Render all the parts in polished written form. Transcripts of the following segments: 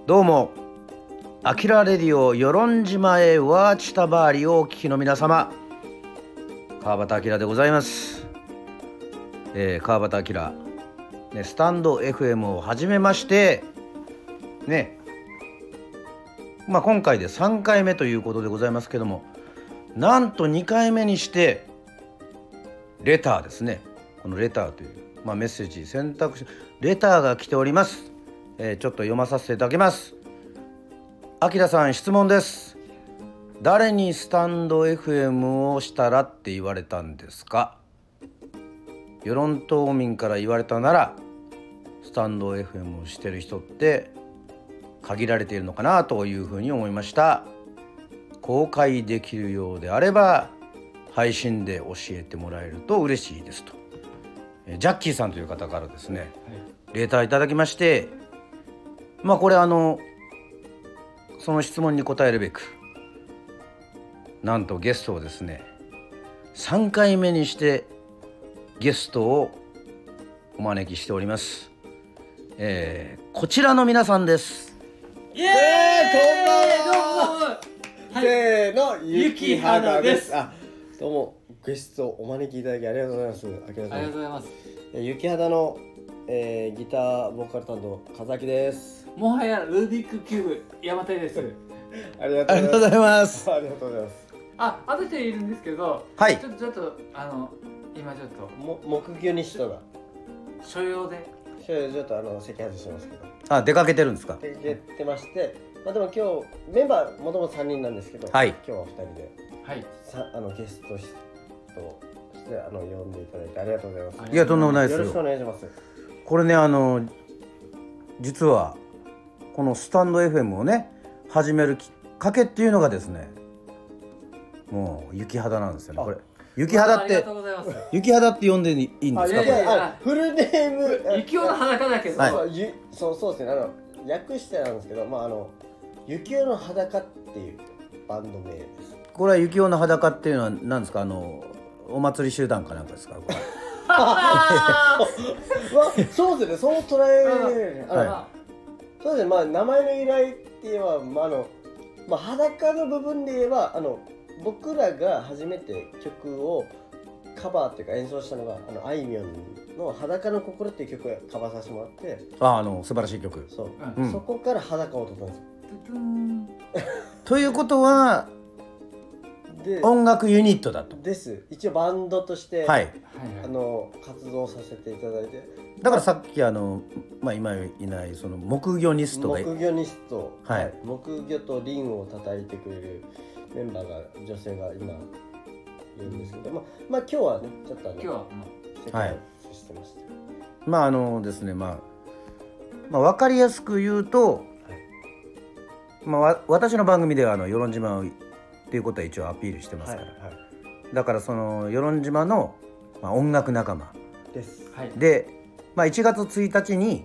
どうもアキラレディオ与論島へワーチタバーリをお聞きの皆様、川端明でございます。川端明、ね、スタンド FM を始めましてね、今回で3回目ということでございますけども、なんと2回目にしてレターですね。このレターという、メッセージ選択肢レターが来ております。ちょっと読まさせていただきます。あきらさん、質問です。誰にスタンド FM をしたらって言われたんですか？与論島民から言われたなら、スタンド FM をしてる人って限られているのかなというふうに思いました。公開できるようであれば配信で教えてもらえると嬉しいですと、ジャッキーさんという方からですね、レターいただきまして、これその質問に答えるべく、なんとゲストをですね3回目にしてゲストをお招きしております。こちらの皆さんです。 イエーイ、こんばんは。せーの、ゆきはなです。どうも、ゲストお招きいただきありがとうございます。ありがとうございます。ゆきはなの、ギターボーカル担当風明です。 もはやルービックキューブ山手です。 ありがとうございます。ありがとうございます。 あと一人いるんですけど、 はい。 ちょっと今ちょっと木魚西とが所用でちょっと席外してますけど。 出かけてるんですか？ 出かけてまして、でも今日メンバーもともと3人なんですけど、 はい、 今日は2人で、 はい、 ゲストとして呼んでいただいてありがとうございます。 いや、とんでもないですよ。 よろしくお願いします。 これね、実はこのスタンド FM をね始めるきっかけっていうのがですね、もう雪肌なんですよね。これ雪肌って雪肌って呼んでいいんですか？ フルネーム雪男の裸だけど、 そうですね。略してなんですけど、雪男の裸っていうバンド名です。 これは雪男の裸っていうのは何ですか？お祭り集団かなんかですか？これそうですね。そう捉える。そうですね。名前の由来って言えば、裸の部分で言えば僕らが初めて曲をカバーっていうか演奏したのがあいみょんの裸の心っていう曲をカバーさせてもらって、 素晴らしい曲。 そう、そこから裸を取ったんですよ。 ということは音楽ユニットだと。 です。一応バンドとして、活動させていただいて、 だからさっき今いないその木魚ニストが木魚とリンを叩いてくれるメンバーが女性が今いるんですけど、今日はねちょっと世界をしてました。 ですね、分かりやすく言うと、私の番組では与論島っていうことは一応アピールしてますから、だからその与論島の、音楽仲間です。 で、1月1日に、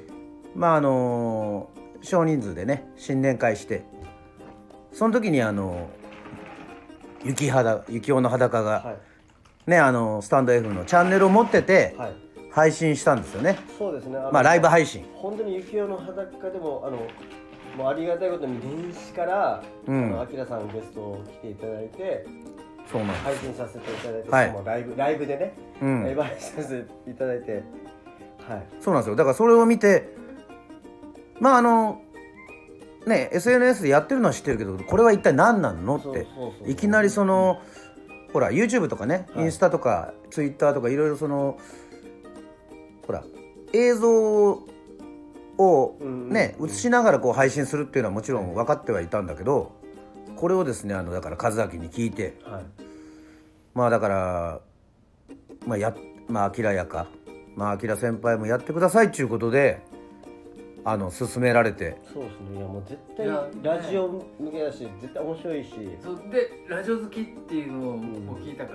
少人数でね新年会して、その時に雪男の裸が、スタンド F のチャンネルを持ってて、配信したんですよね。 そうですね。 ライブ配信。 本当に雪男の裸でももうありがたいことに年始からあきらさんゲストを来ていただいて、 そうなんです。 配信させていただいて、ライブでね、ライブ配信させていただいて、 そうなんですよ。だからそれを見て、SNS でやってるのは知ってるけど、これは一体何なのっていきなりほら YouTube とかね、インスタとか Twitter とかいろいろほら映像をね映しながら配信するっていうのはもちろん分かってはいたんだけど、これをですねだから和明に聞いて、だから明やか明先輩もやってくださいっていうことで勧められて。 そうですね。いやもう絶対ラジオ向けだし絶対面白いし、 そうでラジオ好きっていうのを聞いたから、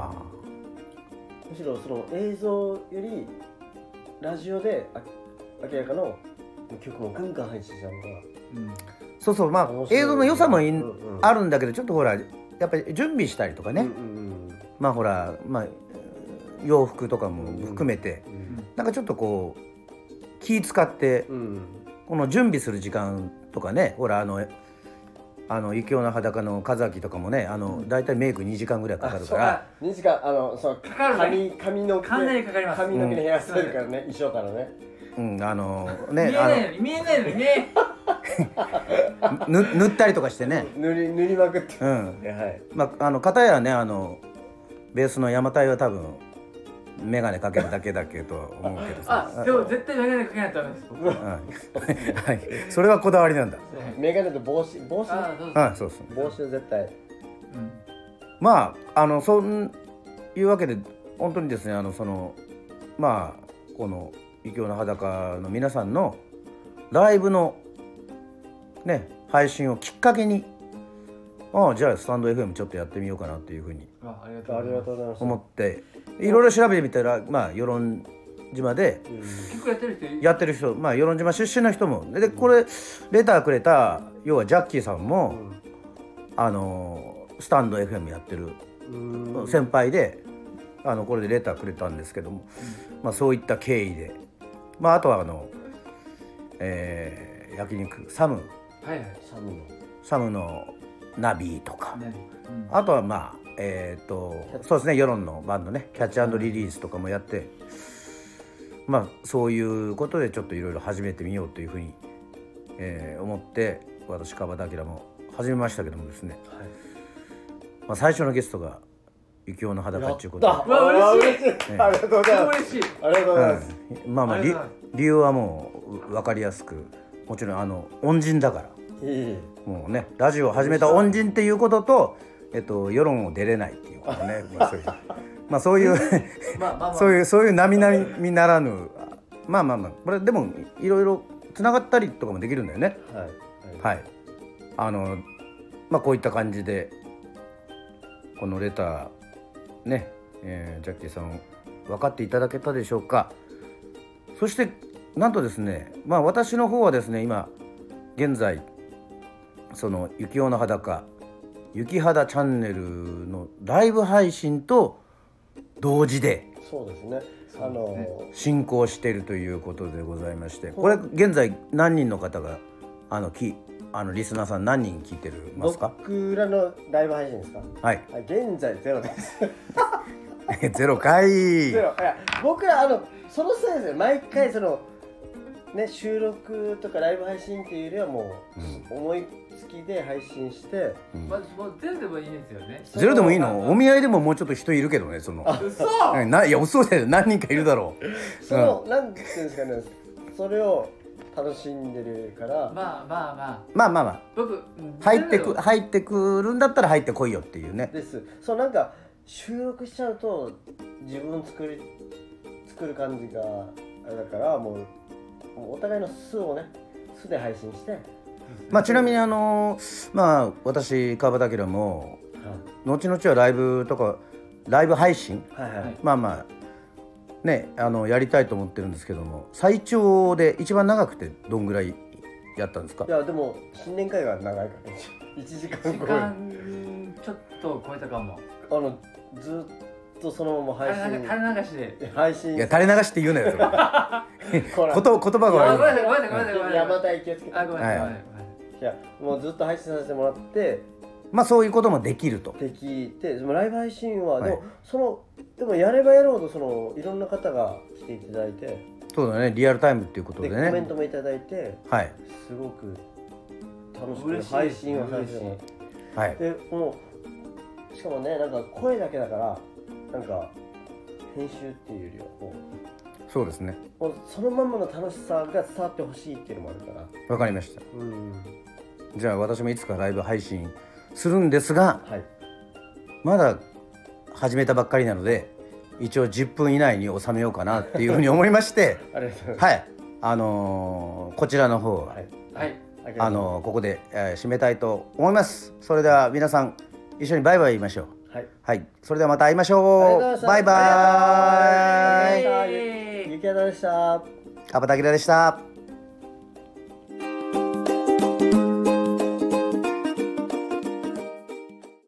むしろその映像よりラジオで明らかの曲もガンガン配信したのが、 そう映像の良さもあるんだけど、ちょっとほらやっぱり準備したりとかね、ほら洋服とかも含めて、なんかちょっと気使ってこの準備する時間とかね、ほら雪用の裸の風明とかもね、だいたいメイク2時間ぐらいかかるから、 2時間そうかかるね。 髪の毛かなりかかります。 髪の毛にヘアスタイルからね、衣装からね、 見えないように見えないようにね。 塗ったりとかしてね、 塗りまくってうん、 はいまあ片やねベースの山隊は多分眼鏡かけるだけだけど思うけどさ、 あ、でも絶対メガネかけないとダメです。僕ははい、それはこだわりなんだ。 メガネと帽子あ、そうそう。 そう帽子は絶対うんまあそういうわけで本当にですねまあこの雪用の裸の皆さんのライブのね配信をきっかけにじゃあスタンド FM ちょっとやってみようかなっていうふうにありありがとうございます思っていろいろ調べてみたらまあ与論島で結構やってる人やってる人まあ与論島出身の人もでこれレターくれた要はジャッキーさんもスタンド FM やってる先輩でこれでレターくれたんですけども、まあそういった経緯でまああとは焼肉サムはいはい。 サムのナビとか、 ねあとはまあそうですね世論のバンドねキャッチ&リリースとかもやってまあそういうことでちょっといろいろ始めてみようというふうに、思って私川端明も始めましたけどもですね、まあ、最初のゲストが雪用の裸っていうことでうわ嬉しい。 ありがとうございます嬉しい。 ありがとうございますまあまあ理由はもう分かりやすくもちろん恩人だからもうねラジオを始めた恩人っていうことと世論を出れないっていうことねまあそういうそういう並々にならぬまあこれでもいろいろつながったりとかもできるんだよねはいまあこういった感じでこのレターね、ジャッキーさん分かっていただけたでしょうか。そしてなんとですねまあ私の方はですね今現在その雪用の裸雪肌チャンネルのライブ配信と同時でそうですね進行しているということでございましてこれ現在何人の方がリスナーさん何人聞いてますか？ 僕らのライブ配信ですか？ はい現在ゼロですゼロかいゼロ僕らそのせいですね毎回ね収録とかライブ配信っていうよりはもう思いつきで配信して、 もうゼロでもいいですよね。 ゼロでもいいの？お見合いでももうちょっと人いるけどね嘘いや嘘だよ何人かいるだろうなんていうんですかねそれを楽しんでるからまあ僕入ってくるんだったら入ってこいよっていうねですなんか収録しちゃうと自分作る感じがあれだからもうお互いの素で配信してまあちなみにまあ私川端明も後々はライブとかライブ配信まあねやりたいと思ってるんですけども最長で一番長くてどんぐらいやったんですか？ いやでも新年会が長いから1時間超えちょっと超えたかもずっとそのまま配信垂れ流しで配信いや垂れ流しって言うなよそれ言葉が悪いごめんなさい山田気をつけてごめんなさいいやもうずっと配信させてもらってまあそういうこともできるとできてライブ配信はでもやればやるほどいろんな方が来ていただいてそうだねリアルタイムっていうことでねコメントもいただいてすごく楽しく配信をさせてもらってでしかもねなんか声だけだからなんか編集っていうよりはそうですねもうそのままの楽しさが伝わってほしいっていうのもあるからわかりましたじゃあ私もいつかライブ配信するんですがまだ始めたばっかりなので一応10分以内に収めようかなっていうふうに思いましてこちらの方はここで締めたいと思います。それでは皆さん一緒にバイバイ言いましょう。それではまた会いましょう。バイバイ。 ゆきやだでした。 川端明でした。